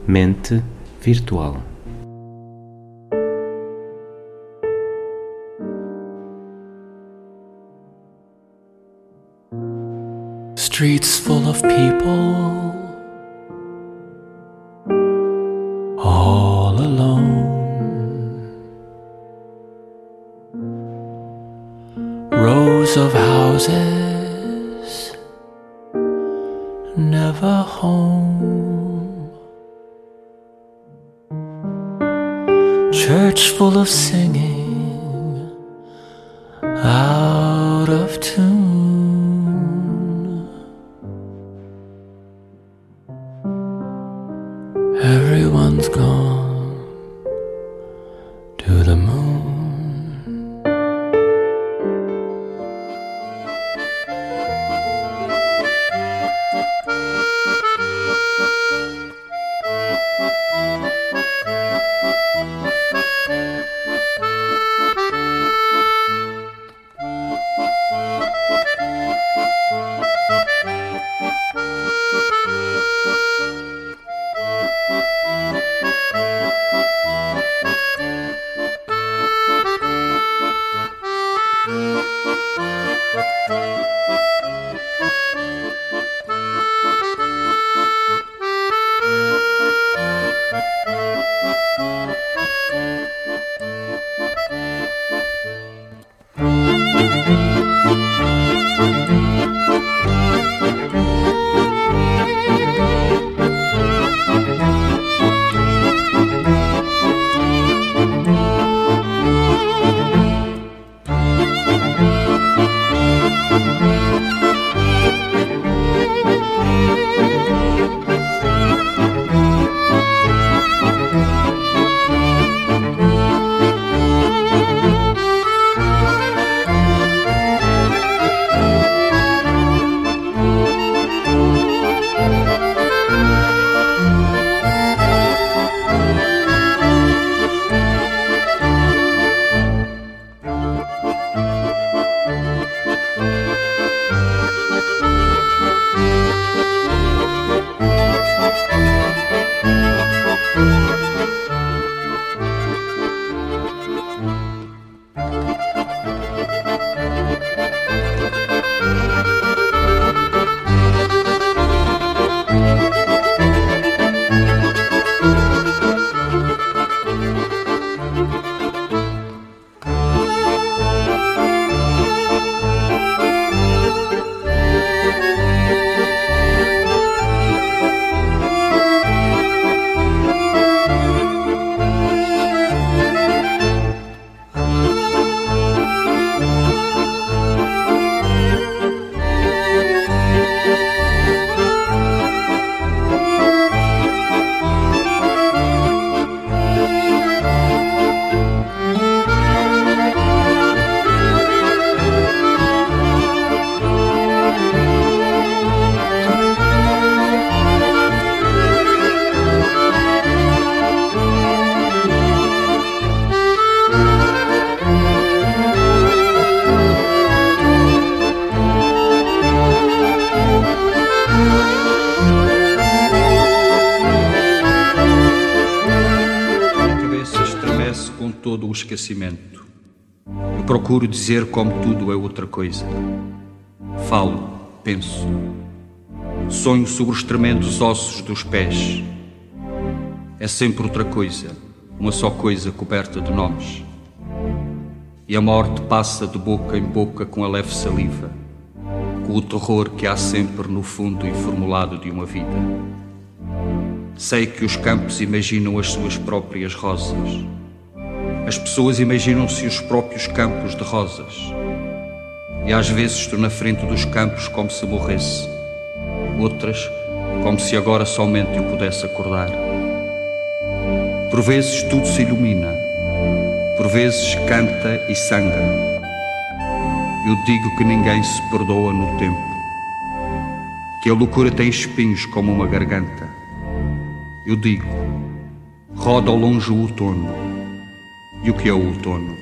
Mente virtual. Streets full of people, all alone. Rows of houses, never home. Church full of singing, out of tune. Everyone's gone to the moon. Todo o esquecimento. Eu procuro dizer como tudo é outra coisa. Falo, penso. Sonho sobre os tremendos ossos dos pés. É sempre outra coisa, uma só coisa coberta de nomes. E a morte passa de boca em boca com a leve saliva, com o terror que há sempre no fundo informulado de uma vida. Sei que os campos imaginam as suas próprias rosas. As pessoas imaginam-se os próprios campos de rosas. E às vezes estou na frente dos campos como se morresse. Outras, como se agora somente eu pudesse acordar. Por vezes tudo se ilumina. Por vezes canta e sangra. Eu digo que ninguém se perdoa no tempo. Que a loucura tem espinhos como uma garganta. Eu digo, roda ao longe o outono. E o que é o outono?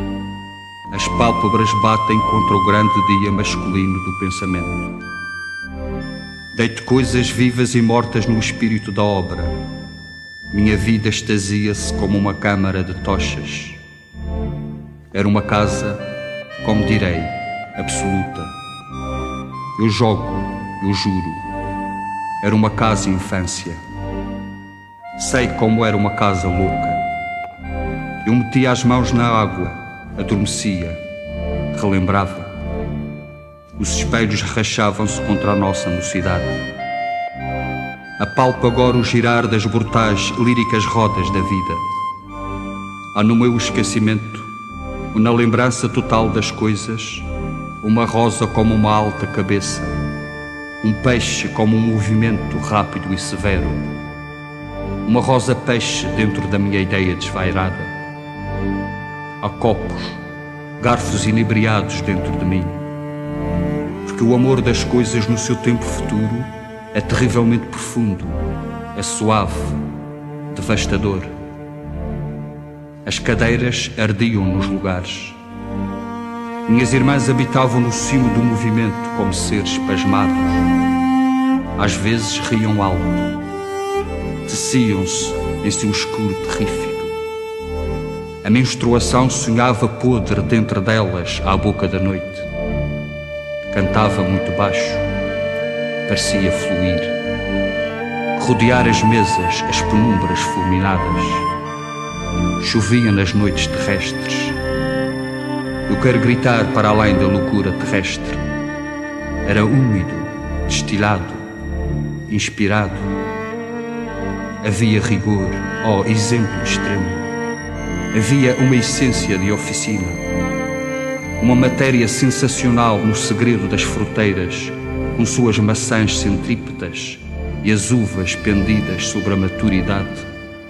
As pálpebras batem contra o grande dia masculino do pensamento. Deito coisas vivas e mortas no espírito da obra. Minha vida extasia-se como uma câmara de tochas. Era uma casa, como direi, absoluta. Eu jogo, eu juro. Era uma casa infância. Sei como era uma casa louca. Eu metia as mãos na água, adormecia, relembrava. Os espelhos rachavam-se contra a nossa mocidade. Apalpo agora o girar das brutais, líricas rodas da vida. Há no meu esquecimento, na lembrança total das coisas, uma rosa como uma alta cabeça, um peixe como um movimento rápido e severo, uma rosa peixe dentro da minha ideia desvairada. Há copos, garfos inebriados dentro de mim, porque o amor das coisas no seu tempo futuro é terrivelmente profundo, é suave, devastador. As cadeiras ardiam nos lugares. Minhas irmãs habitavam no cimo do movimento como seres pasmados. Às vezes riam alto, teciam-se em seu escuro terrífico. A menstruação sonhava podre dentro delas à boca da noite. Cantava muito baixo, parecia fluir, rodear as mesas, as penumbras fulminadas. Chovia nas noites terrestres. Eu quero gritar para além da loucura terrestre. Era úmido, destilado, inspirado. Havia rigor, exemplo extremo. Havia uma essência de oficina, uma matéria sensacional no segredo das fruteiras, com suas maçãs centrípetas e as uvas pendidas sobre a maturidade.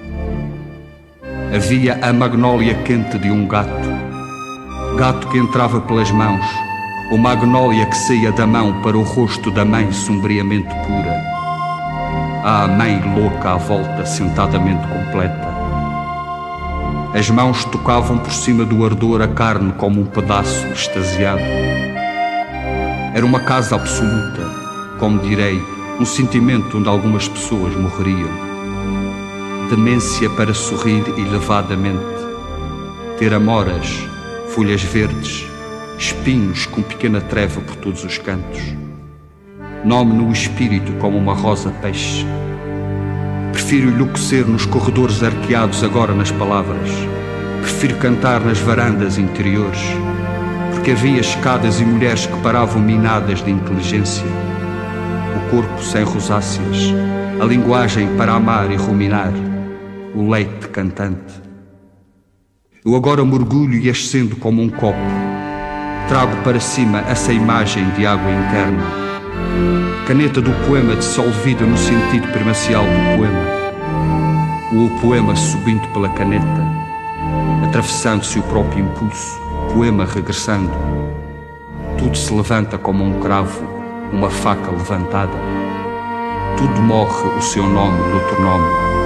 Havia a magnólia quente de um gato, gato que entrava pelas mãos, ou magnólia que saía da mão para o rosto da mãe sombriamente pura. A mãe louca à volta, sentadamente completa. As mãos tocavam por cima do ardor a carne como um pedaço extasiado. Era uma casa absoluta, como direi, um sentimento onde algumas pessoas morreriam. Demência para sorrir elevadamente, ter amoras, folhas verdes, espinhos com pequena treva por todos os cantos. Nome no espírito como uma rosa peixe. Prefiro enlouquecer nos corredores arqueados agora nas palavras. Prefiro cantar nas varandas interiores, porque havia escadas e mulheres que paravam minadas de inteligência. O corpo sem rosáceas, a linguagem para amar e ruminar, o leite cantante. Eu agora mergulho e ascendo como um copo. Trago para cima essa imagem de água interna. Caneta do poema dissolvida no sentido primacial do poema. O poema subindo pela caneta, atravessando-se o próprio impulso, poema regressando. Tudo se levanta como um cravo, uma faca levantada. Tudo morre o seu nome no outro nome.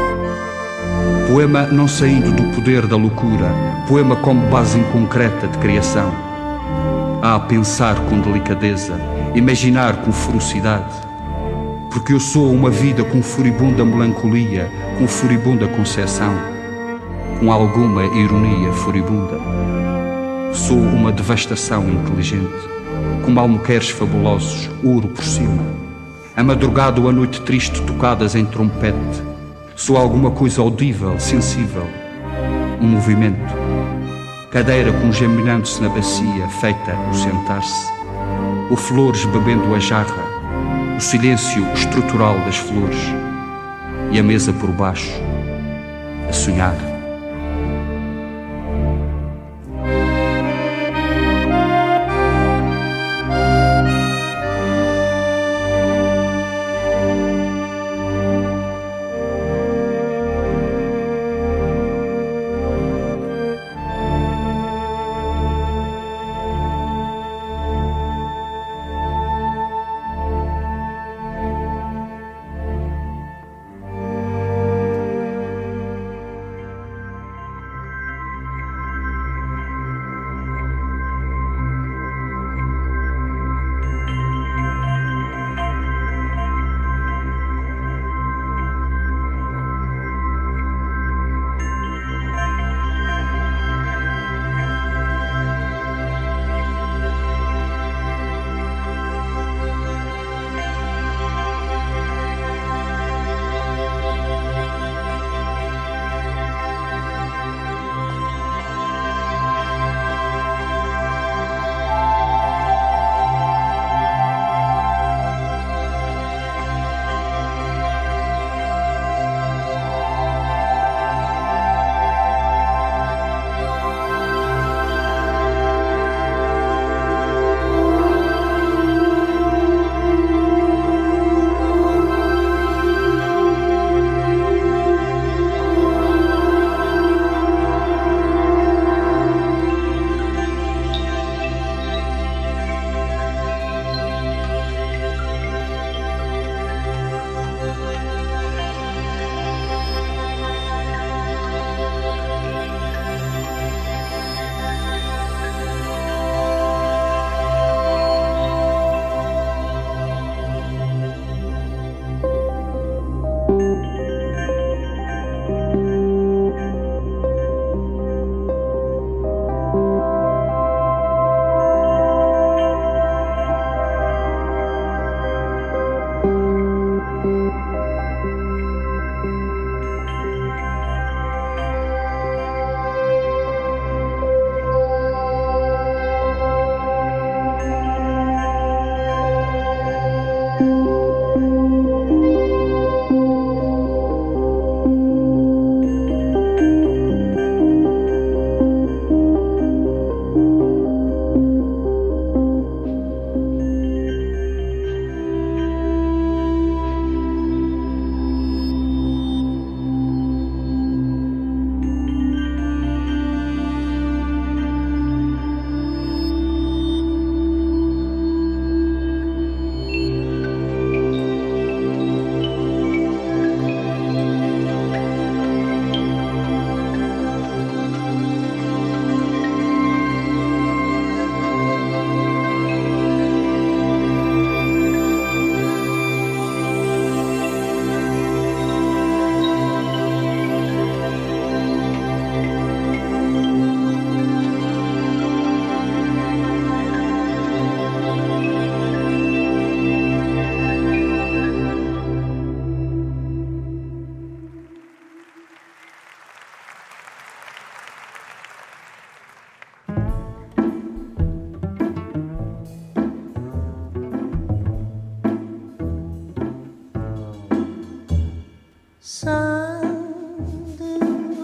Poema não saindo do poder da loucura, poema como base inconcreta de criação. Pensar com delicadeza, imaginar com ferocidade, porque eu sou uma vida com furibunda melancolia, com furibunda concepção, com alguma ironia furibunda. Sou uma devastação inteligente, como almoqueres fabulosos, ouro por cima, a madrugada ou a noite triste tocadas em trompete. Sou alguma coisa audível, sensível, um movimento, cadeira congeminando-se na bacia, feita o sentar-se, ou flores bebendo a jarra, o silêncio estrutural das flores, e a mesa por baixo, a sonhar. de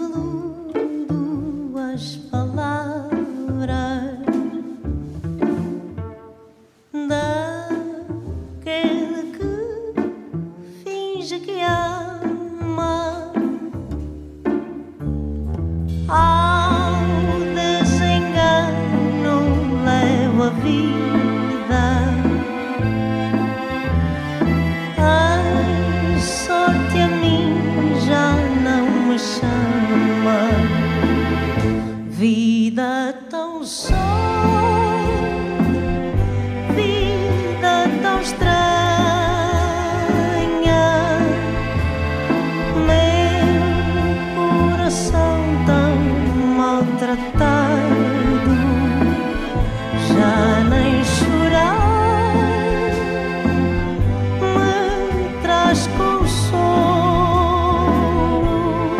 duas palavras daquele que finge que ama. Ao desengano levo a vida, a sorte a mim já não me chama. Vida tão só, vida tão estranha, meu coração tão maltratado, já nem chorar me traz consolo.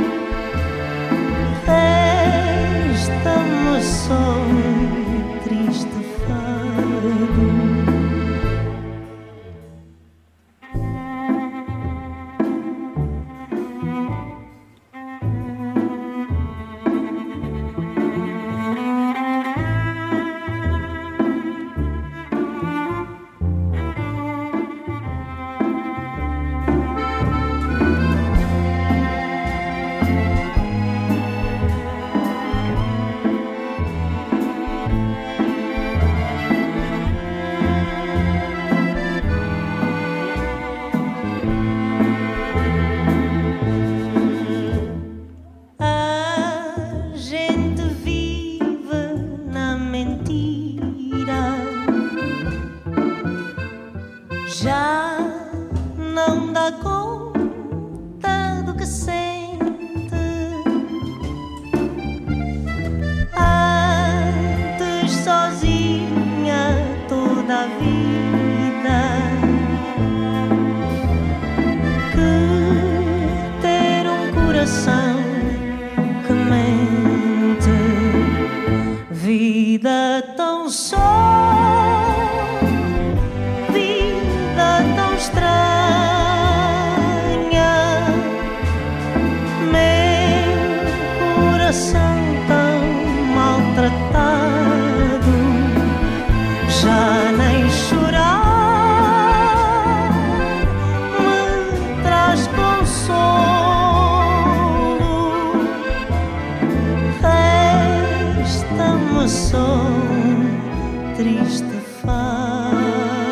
Resta-me só um triste fado. A gente vive na mentira, já não dá conta do que sente. Antes sozinha toda a vida que ter um coração que mente. Vida tão só, vida tão estranha, meu coração tão maltratado, já nem chorar me traz consolo. Resta-me só um triste fado.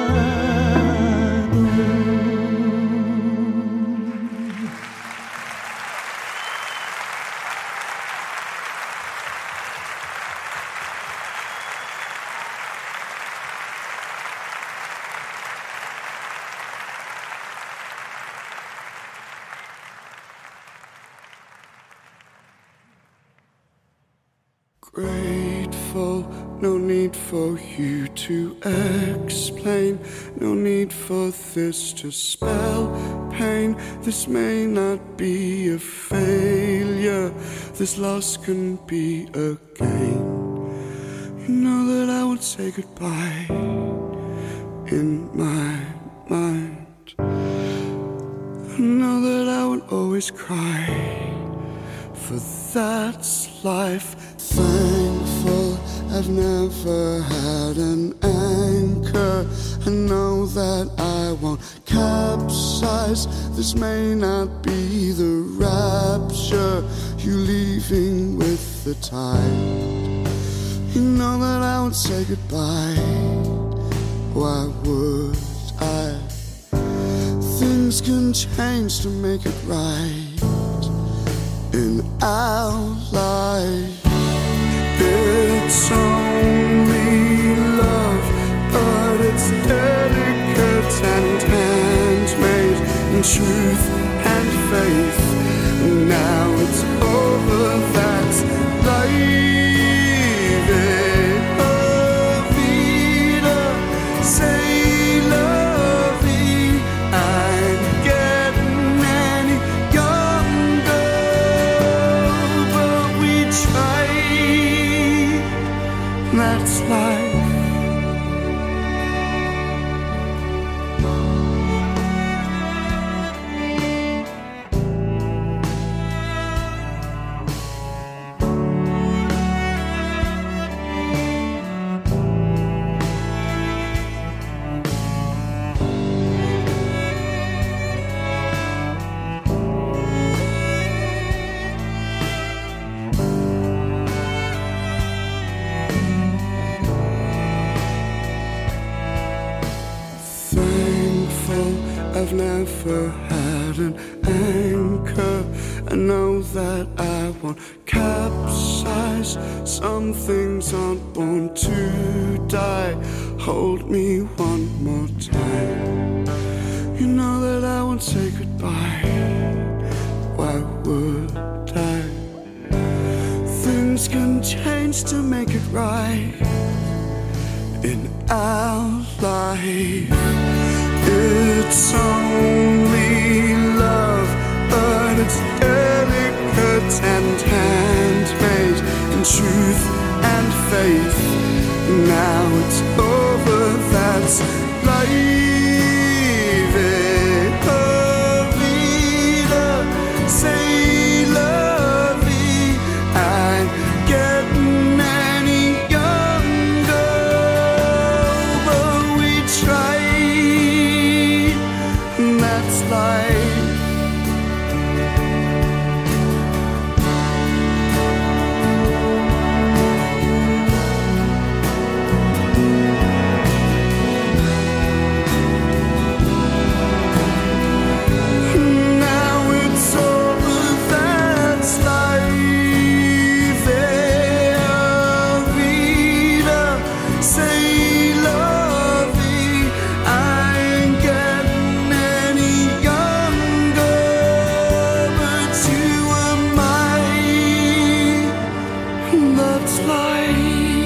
Grateful, no need for you to explain, no need for this to spell pain. This may not be a failure, this loss can be a gain. You know that I would say goodbye in my mind. I know that I would always cry, for that's life. Thankful I've never had an anchor. I know that I won't capsize. This may not be the rapture, you leaving with the tide. You know that I would say goodbye. Why would I? Things can change to make it right in our life. It's only love, but it's delicate and handmade in truth and faith. Now it's over, that's life. Vida, say la vie. I'm getting any younger, but we try. That's life. I've never had an anchor. I know that I won't capsize. Some things aren't born to die. Hold me one more time. You know that I won't say goodbye. Why would I? Things can change to make it right in our life. It's only love, but it's delicate and handmade in truth and faith. Now it's over, that's life. Say la vie, I'm getting any younger, but we tried, and that's life. That's life.